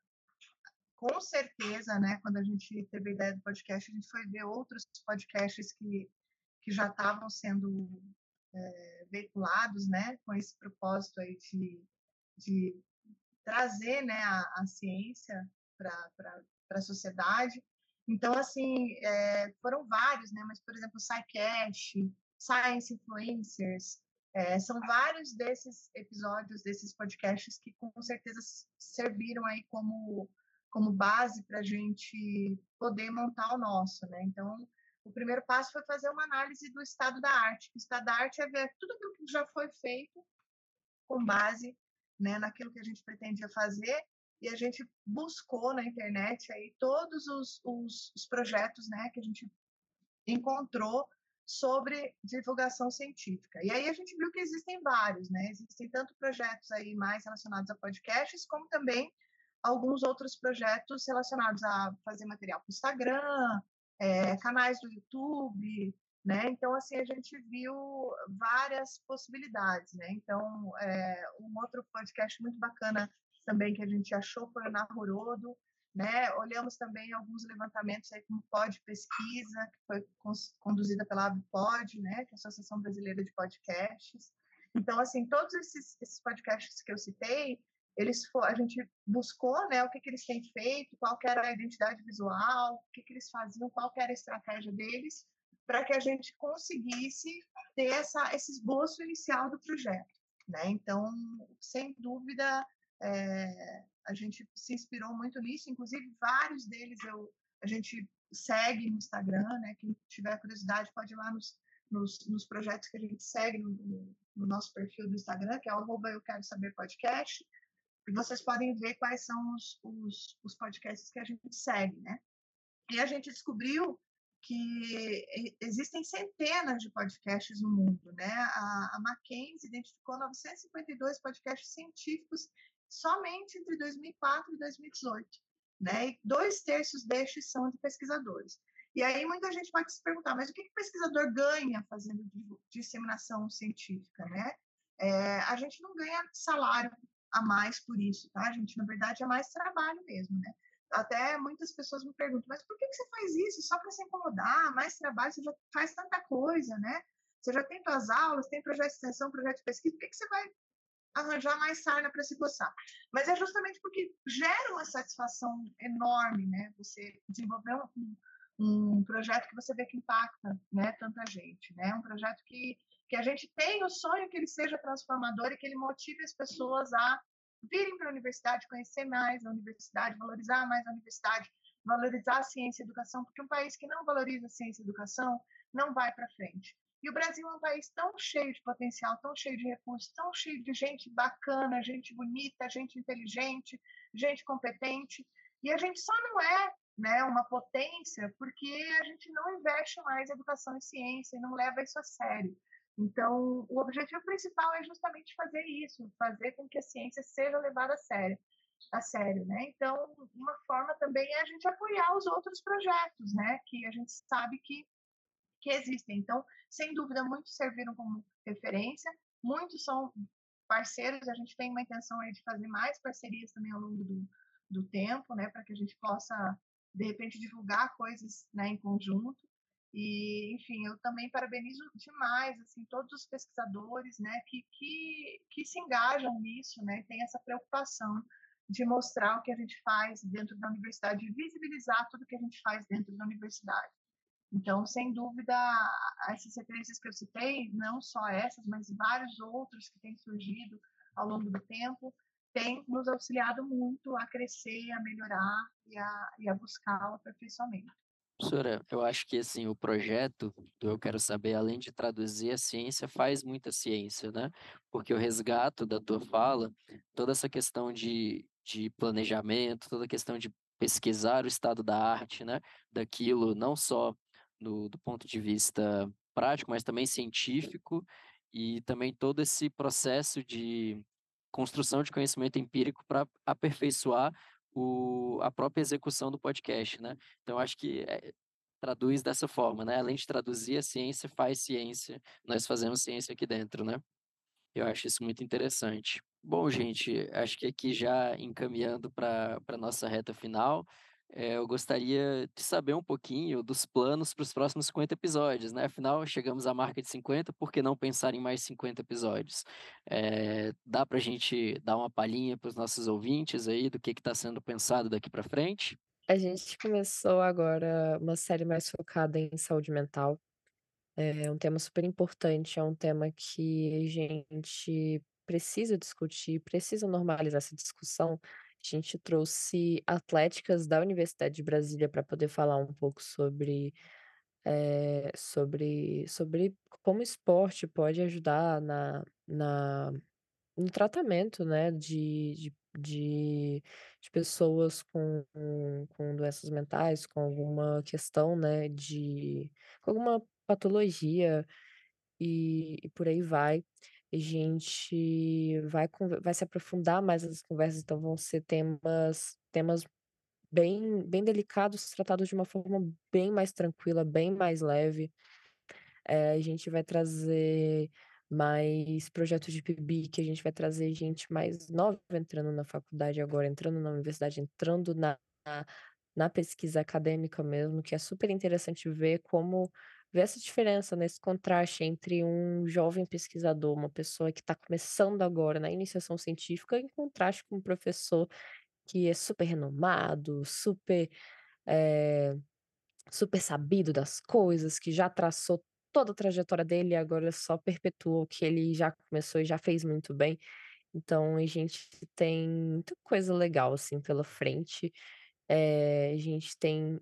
com certeza, né? Quando a gente teve a ideia do podcast, a gente foi ver outros podcasts que, que já estavam sendo é, veiculados, né? Com esse propósito aí de, de trazer, né, a, a ciência para a sociedade. Então, assim, é, foram vários, né? Mas, por exemplo, o SciCast, Science Influencers, é, são vários desses episódios, desses podcasts que com certeza serviram aí como, como base para a gente poder montar o nosso, né? Então, o primeiro passo foi fazer uma análise do estado da arte. O estado da arte é ver tudo aquilo que já foi feito com base, né, naquilo que a gente pretendia fazer, e a gente buscou na internet aí todos os, os, os projetos, né, que a gente encontrou sobre divulgação científica. E aí a gente viu que existem vários, né? Existem tanto projetos aí mais relacionados a podcasts, como também alguns outros projetos relacionados a fazer material para o Instagram, é, canais do YouTube, né? Então, assim, a gente viu várias possibilidades, né? Então, é, um outro podcast muito bacana também que a gente achou foi o Naruhodo, né? Olhamos também alguns levantamentos aí como Pod Pesquisa, que foi conduzida pela ABPOD, né? Que é a Associação Brasileira de Podcasts. Então, assim, todos esses, esses podcasts que eu citei, eles a gente buscou, né, o que, que eles têm feito, qual era a identidade visual, o que, que eles faziam, qual era a estratégia deles, para que a gente conseguisse ter essa, esse esboço inicial do projeto, né? Então, sem dúvida, é, a gente se inspirou muito nisso, inclusive vários deles eu, a gente segue no Instagram, né? Quem tiver curiosidade pode ir lá nos, nos, nos projetos que a gente segue no, no, no nosso perfil do Instagram, que é o arroba eu quero saber podcast, e vocês podem ver quais são os, os, os podcasts que a gente segue, né? E a gente descobriu que existem centenas de podcasts no mundo, né? A, a Mackenzie identificou novecentos e cinquenta e dois podcasts científicos somente entre dois mil e quatro e dois mil e dezoito, né? E dois terços destes são de pesquisadores. E aí muita gente pode se perguntar, mas o que o pesquisador ganha fazendo disseminação científica, né? É, a gente não ganha salário a mais por isso, tá? A gente, na verdade, é mais trabalho mesmo, né? até muitas pessoas me perguntam, mas por que que você faz isso? Só para se incomodar, mais trabalho, você já faz tanta coisa, né? Você já tem suas aulas, tem projeto de extensão, projeto de pesquisa, por que que você vai arranjar mais sarna para se coçar? Mas é justamente porque gera uma satisfação enorme, né? Você desenvolver um, um projeto que você vê que impacta, né, tanta gente, né? Um projeto que, que a gente tem o sonho que ele seja transformador e que ele motive as pessoas a virem para a universidade, conhecer mais a universidade, valorizar mais a universidade, valorizar a ciência e a educação, porque um país que não valoriza a ciência e a educação não vai para frente. E o Brasil é um país tão cheio de potencial, tão cheio de recursos, tão cheio de gente bacana, gente bonita, gente inteligente, gente competente. E a gente só não é, né, uma potência porque a gente não investe mais em educação e ciência e não leva isso a sério. Então, o objetivo principal é justamente fazer isso, fazer com que a ciência seja levada a sério. A sério, né? Então, uma forma também é a gente apoiar os outros projetos, né? Que a gente sabe que que existem. Então, sem dúvida, muitos serviram como referência, muitos são parceiros, a gente tem uma intenção aí de fazer mais parcerias também ao longo do, do tempo, né, para que a gente possa, de repente, divulgar coisas, né, em conjunto. E, enfim, eu também parabenizo demais, assim, todos os pesquisadores, né, que, que, que se engajam nisso, né, tem essa preocupação de mostrar o que a gente faz dentro da universidade, de visibilizar tudo que a gente faz dentro da universidade. Então, sem dúvida, essas referências que eu citei, não só essas, mas vários outros que têm surgido ao longo do tempo, têm nos auxiliado muito a crescer, a melhorar e a, e a buscar o aperfeiçoamento. Professora, eu acho que assim, o projeto do Eu Quero Saber, além de traduzir a ciência, faz muita ciência, né? Porque eu resgato da tua fala toda essa questão de, de planejamento, toda a questão de pesquisar o estado da arte, né? Daquilo, não só do, do ponto de vista prático, mas também científico, e também todo esse processo de construção de conhecimento empírico para aperfeiçoar o, a própria execução do podcast, né? Então, acho que é, traduz dessa forma, né? Além de traduzir a ciência, faz ciência. Nós fazemos ciência aqui dentro, né? Eu acho isso muito interessante. Bom, gente, acho que aqui já encaminhando para para nossa reta final, eh, eu gostaria de saber um pouquinho dos planos para os próximos cinquenta episódios, né? Afinal, chegamos à marca de cinquenta, por que não pensar em mais cinquenta episódios? Eh, dá para a gente dar uma palhinha para os nossos ouvintes aí do que está sendo pensado daqui para frente? A gente começou agora uma série mais focada em saúde mental. É um tema super importante, é um tema que a gente precisa discutir, precisa normalizar essa discussão. A gente trouxe atléticas da Universidade de Brasília para poder falar um pouco sobre, eh, sobre sobre como o esporte pode ajudar na na no tratamento, né, de de de de pessoas com com doenças mentais, com alguma questão, né, de com alguma patologia e e por aí vai. A gente vai conver vai se aprofundar mais nessas conversas, então vão ser temas temas bem bem delicados, tratados de uma forma bem mais tranquila, bem mais leve. Eh, a gente vai trazer mais projetos de P I B, que a gente vai trazer gente mais nova entrando na faculdade agora, entrando na universidade, entrando na na na pesquisa acadêmica mesmo, que é super interessante ver como ver essa diferença, né, esse contraste entre um jovem pesquisador, uma pessoa que está começando agora na iniciação científica, em contraste com um professor que é super renomado, super, eh super sabido das coisas, que já traçou toda a trajetória dele e agora só perpetuou o que ele já começou e já fez muito bem. Então a gente tem muita coisa legal, assim, pela frente. Eh, a gente tem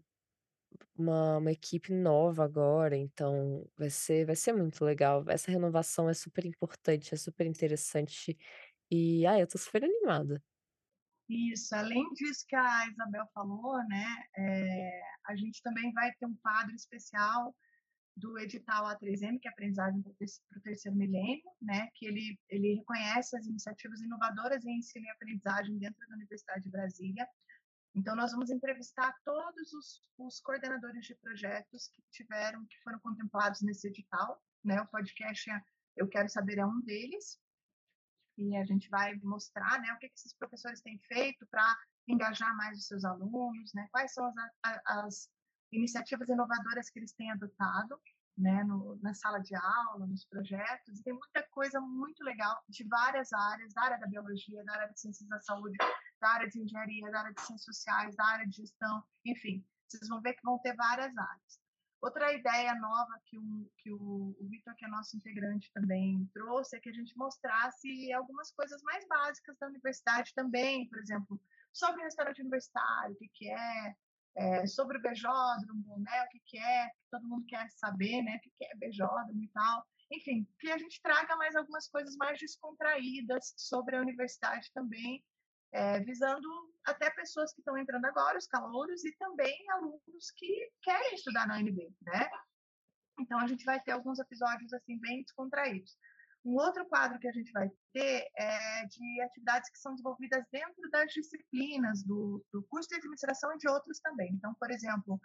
uma uma equipe nova agora, então vai ser vai ser muito legal. Essa renovação é super importante, é super interessante e, ai, eu tô super animada. Isso, além disso que a Isabel falou, né, é, a gente também vai ter um quadro especial do edital A três M, que é Aprendizagem para o Terceiro Milênio, né, que ele, ele reconhece as iniciativas inovadoras em ensino e aprendizagem dentro da Universidade de Brasília. Então, nós vamos entrevistar todos os, os coordenadores de projetos que tiveram, que foram contemplados nesse edital, né, o podcast Eu Quero Saber é um deles, e a gente vai mostrar, né, o que, que esses professores têm feito para engajar mais os seus alunos, né? Quais são as, as iniciativas inovadoras que eles têm adotado, né, no, na sala de aula, nos projetos. Tem muita coisa muito legal de várias áreas, da área da biologia, da área de ciências da saúde, da área de engenharia, da área de ciências sociais, da área de gestão, enfim, vocês vão ver que vão ter várias áreas. Outra ideia nova que, um, que o, o Vitor, que é nosso integrante, também trouxe, é que a gente mostrasse algumas coisas mais básicas da universidade também, por exemplo, sobre o restaurante universitário, o que, que é, é, sobre o bejódromo, né, o que, que é, que todo mundo quer saber, né, o que, que é bejódromo e tal. Enfim, que a gente traga mais algumas coisas mais descontraídas sobre a universidade também, é, visando até pessoas que estão entrando agora, os calouros, e também alunos que querem estudar na U N B, né? Então, a gente vai ter alguns episódios, assim, bem descontraídos. Um outro quadro que a gente vai ter é de atividades que são desenvolvidas dentro das disciplinas do, do curso de administração e de outros também. Então, por exemplo,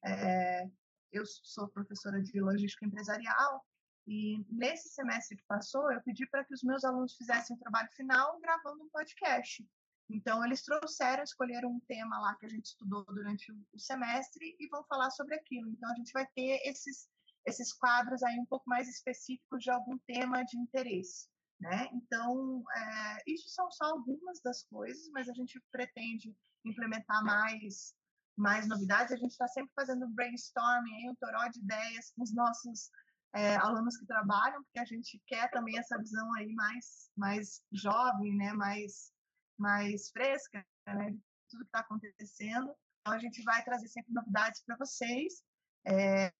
é, eu sou professora de logística empresarial e nesse semestre que passou, eu pedi para que os meus alunos fizessem o trabalho final gravando um podcast. Então, eles trouxeram, escolheram um tema lá que a gente estudou durante o semestre e vão falar sobre aquilo. Então, a gente vai ter esses, esses quadros aí um pouco mais específicos de algum tema de interesse, né? Então, é, isso são só algumas das coisas, mas a gente pretende implementar mais, mais novidades. A gente está sempre fazendo brainstorming, aí, um toró de ideias com os nossos é, alunos que trabalham, porque a gente quer também essa visão aí mais, mais jovem, né? mais mais fresca, né, de tudo que está acontecendo. Então, a gente vai trazer sempre novidades para vocês. É,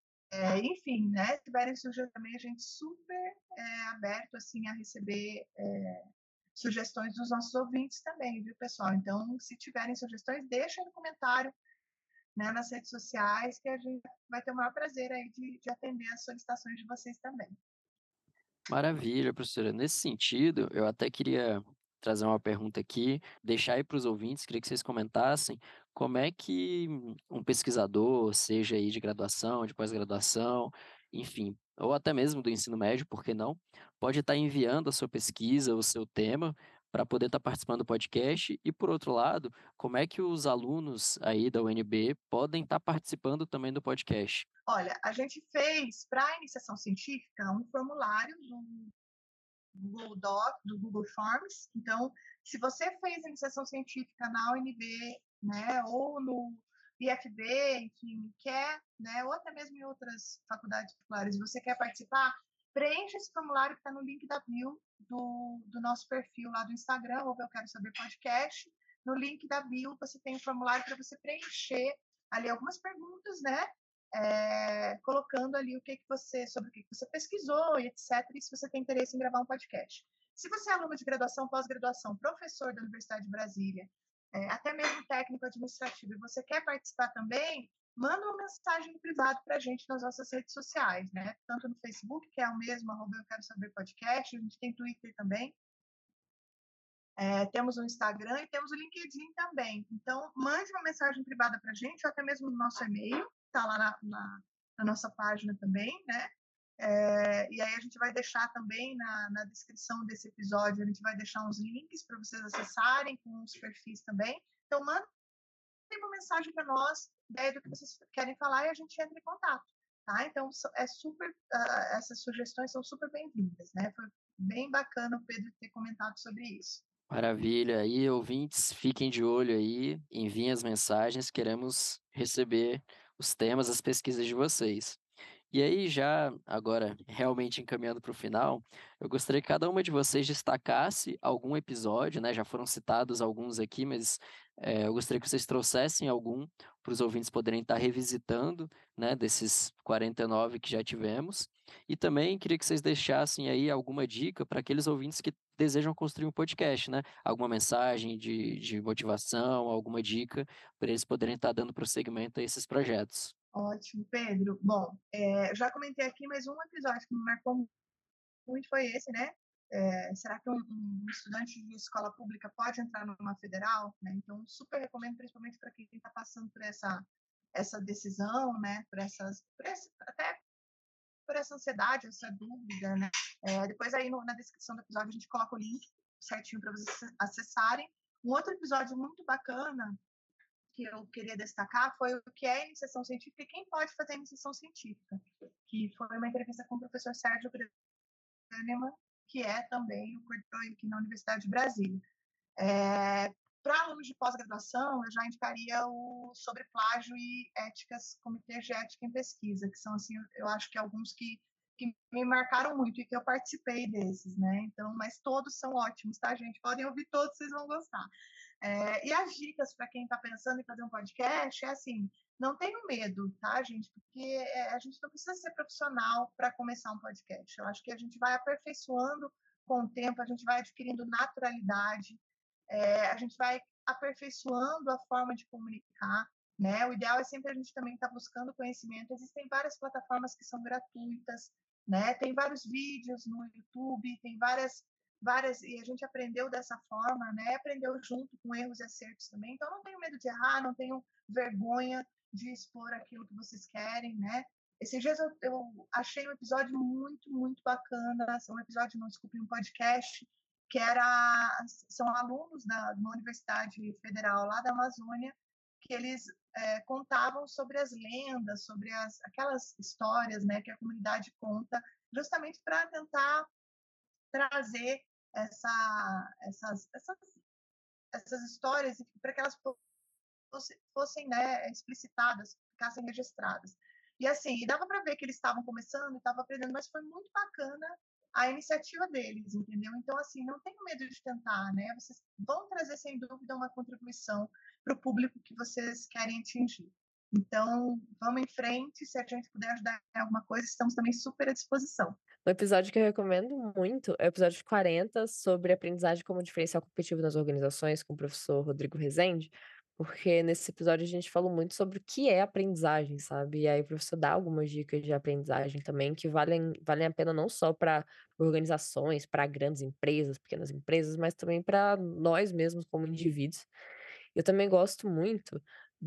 é, enfim, né, se tiverem sugestões também, a gente super é, aberto assim, a receber é, sugestões dos nossos ouvintes também, viu, pessoal? Então, se tiverem sugestões, deixem no comentário, né, nas redes sociais, que a gente vai ter o maior prazer aí de, de atender as solicitações de vocês também. Maravilha, professora. Nesse sentido, eu até queria trazer uma pergunta aqui, deixar aí para os ouvintes, queria que vocês comentassem como é que um pesquisador, seja aí de graduação, de pós-graduação, enfim, ou até mesmo do ensino médio, por que não, pode estar enviando a sua pesquisa, o seu tema, para poder estar participando do podcast, e por outro lado, como é que os alunos aí da U N B podem estar participando também do podcast? Olha, a gente fez para a iniciação científica um formulário do Google Doc, do Google Forms. Então, se você fez a iniciação científica na U N B, né, ou no I F B, enfim, quer, né, ou até mesmo em outras faculdades populares, você quer participar, preencha esse formulário que está no link da bio do, do nosso perfil lá do Instagram, ou Eu Quero Saber Podcast. No link da bio você tem um formulário para você preencher ali algumas perguntas, né? É, colocando ali o que, que você, sobre o que, que você pesquisou e etcétera, e se você tem interesse em gravar um podcast. Se você é aluno de graduação, pós-graduação, professor da Universidade de Brasília, é, até mesmo técnico administrativo, e você quer participar também, manda uma mensagem privada para a gente nas nossas redes sociais, né? Tanto no Facebook, que é o mesmo, arroba Eu Quero Saber Podcast, a gente tem Twitter também, é, temos o Instagram e temos o LinkedIn também. Então, mande uma mensagem privada para a gente, ou até mesmo no nosso e-mail, está lá na, na, na nossa página também, né? É, e aí a gente vai deixar também na, na descrição desse episódio, a gente vai deixar uns links para vocês acessarem com os perfis também. Então, mandem uma mensagem para nós, ideia do que vocês querem falar, e a gente entra em contato. Tá? Então, é super, uh, essas sugestões são super bem-vindas, né? Foi bem bacana o Pedro ter comentado sobre isso. Maravilha. Aí, ouvintes, fiquem de olho aí, enviem as mensagens, queremos receber os temas, as pesquisas de vocês. E aí, já agora, realmente encaminhando para o final, eu gostaria que cada uma de vocês destacasse algum episódio, né? Já foram citados alguns aqui, mas eh, eu gostaria que vocês trouxessem algum para os ouvintes poderem estar revisitando, né? Desses quarenta e nove que já tivemos. E também queria que vocês deixassem aí alguma dica para aqueles ouvintes que desejam construir um podcast, né? Alguma mensagem de, de motivação, alguma dica para eles poderem estar dando prosseguimento a esses projetos. Ótimo, Pedro. Bom, é, já comentei aqui, mas um episódio que me marcou muito foi esse, né? É, será que um, um, estudante de escola pública pode entrar numa federal? Né? Então, super recomendo, principalmente para quem está passando por essa, essa decisão, né? Por essas, por essa, até por essa ansiedade, essa dúvida, né? É, depois aí no, na descrição do episódio a gente coloca o link certinho para vocês acessarem. Um outro episódio muito bacana que eu queria destacar foi o que é iniciação científica e quem pode fazer iniciação científica, que foi uma entrevista com o professor Sérgio Kahneman, que é também o coordenador aqui na Universidade de Brasília. É, para alunos de pós-graduação, eu já indicaria o sobre plágio e éticas, comitês de ética em pesquisa, que são, assim, eu acho que alguns que, que me marcaram muito e que eu participei desses, né? Então, mas todos são ótimos, tá, gente? Podem ouvir todos, vocês vão gostar. É, e as dicas para quem está pensando em fazer um podcast é assim, não tenham medo, tá, gente? Porque é, a gente não precisa ser profissional para começar um podcast. Eu acho que a gente vai aperfeiçoando com o tempo, a gente vai adquirindo naturalidade, é, a gente vai aperfeiçoando a forma de comunicar, né? O ideal é sempre a gente também estar tá buscando conhecimento. Existem várias plataformas que são gratuitas, né? Tem vários vídeos no YouTube, tem várias, várias e a gente aprendeu dessa forma, né? Aprendeu junto com erros e acertos também. Então não tenho medo de errar, não tenho vergonha de expor aquilo que vocês querem, né? Esses dias eu, eu achei um episódio muito, muito bacana, um episódio, não, desculpe, um podcast que era, são alunos da, de uma universidade federal lá da Amazônia, que eles é, contavam sobre as lendas, sobre as, aquelas histórias, né, que a comunidade conta, justamente para tentar trazer essa, essas, essas, essas histórias para que elas fossem, fossem né, explicitadas, ficassem registradas. E assim, e dava para ver que eles estavam começando, estavam aprendendo, mas foi muito bacana a iniciativa deles, entendeu? Então, assim, não tenho medo de tentar, né? Vocês vão trazer, sem dúvida, uma contribuição para o público que vocês querem atingir. Então, vamos em frente. Se a gente puder ajudar em alguma coisa, estamos também super à disposição. Um episódio que eu recomendo muito é o episódio quarenta sobre aprendizagem como diferencial competitivo nas organizações, com o professor Rodrigo Rezende, porque nesse episódio a gente falou muito sobre o que é aprendizagem, sabe? E aí o professor dá algumas dicas de aprendizagem também que valem, valem a pena não só para organizações, para grandes empresas, pequenas empresas, mas também para nós mesmos como indivíduos. Eu também gosto muito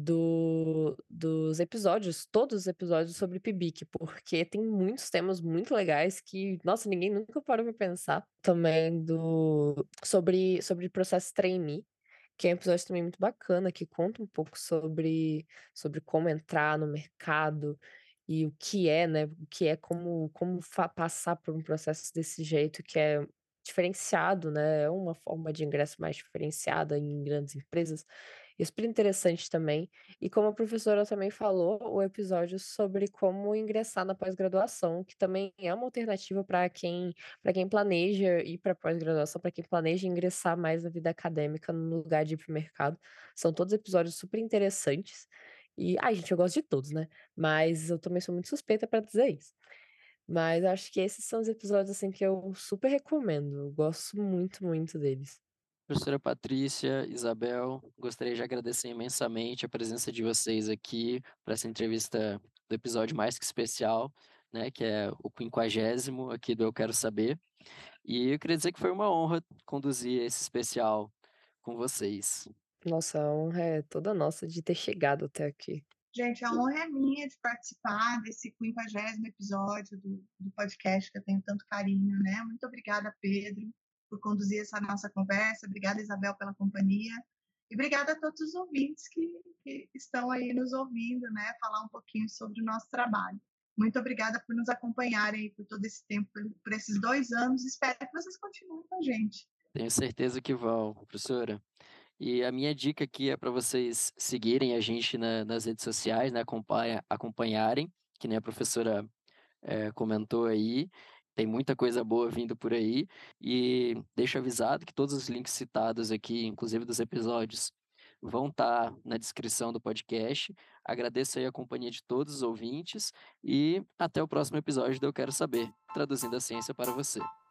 do dos episódios, todos os episódios sobre Pibic, porque tem muitos temas muito legais que, nossa, ninguém nunca parou pra pensar. Também do sobre sobre processo trainee, que é um episódio também muito bacana, que conta um pouco sobre sobre como entrar no mercado e o que é, né, o que é como como fa passar por um processo desse jeito que é diferenciado, né, é uma forma de ingresso mais diferenciada em grandes empresas. E super interessante também. E como a professora também falou, o episódio sobre como ingressar na pós-graduação, que também é uma alternativa para quem para quem planeja ir para pós-graduação, para quem planeja ingressar mais na vida acadêmica no lugar de ir para o mercado. São todos episódios super interessantes. E, ai, gente, eu gosto de todos, né? Mas eu também sou muito suspeita para dizer isso. Mas acho que esses são os episódios assim que eu super recomendo. Eu gosto muito, muito deles. Professora Patrícia, Isabel, gostaria de agradecer imensamente a presença de vocês aqui para essa entrevista do episódio mais que especial, né, que é o quinquagésimo aqui do Eu Quero Saber. E eu queria dizer que foi uma honra conduzir esse especial com vocês. Nossa, a honra é toda nossa de ter chegado até aqui. Gente, a honra é minha de participar desse quinquagésimo episódio do, do podcast que eu tenho tanto carinho, né? Muito obrigada, Pedro, por conduzir essa nossa conversa. Obrigada, Isabel, pela companhia. E obrigada a todos os ouvintes que, que estão aí nos ouvindo, né? Falar um pouquinho sobre o nosso trabalho. Muito obrigada por nos acompanharem por todo esse tempo, por, por esses dois anos. Espero que vocês continuem com a gente. Tenho certeza que vão, professora. E a minha dica aqui é para vocês seguirem a gente na, nas redes sociais, né? Acompanha, acompanharem, que nem a professora eh, comentou aí. Tem muita coisa boa vindo por aí. E deixo avisado que todos os links citados aqui, inclusive dos episódios, vão estar na descrição do podcast. Agradeço aí a companhia de todos os ouvintes e até o próximo episódio do Eu Quero Saber, traduzindo a ciência para você.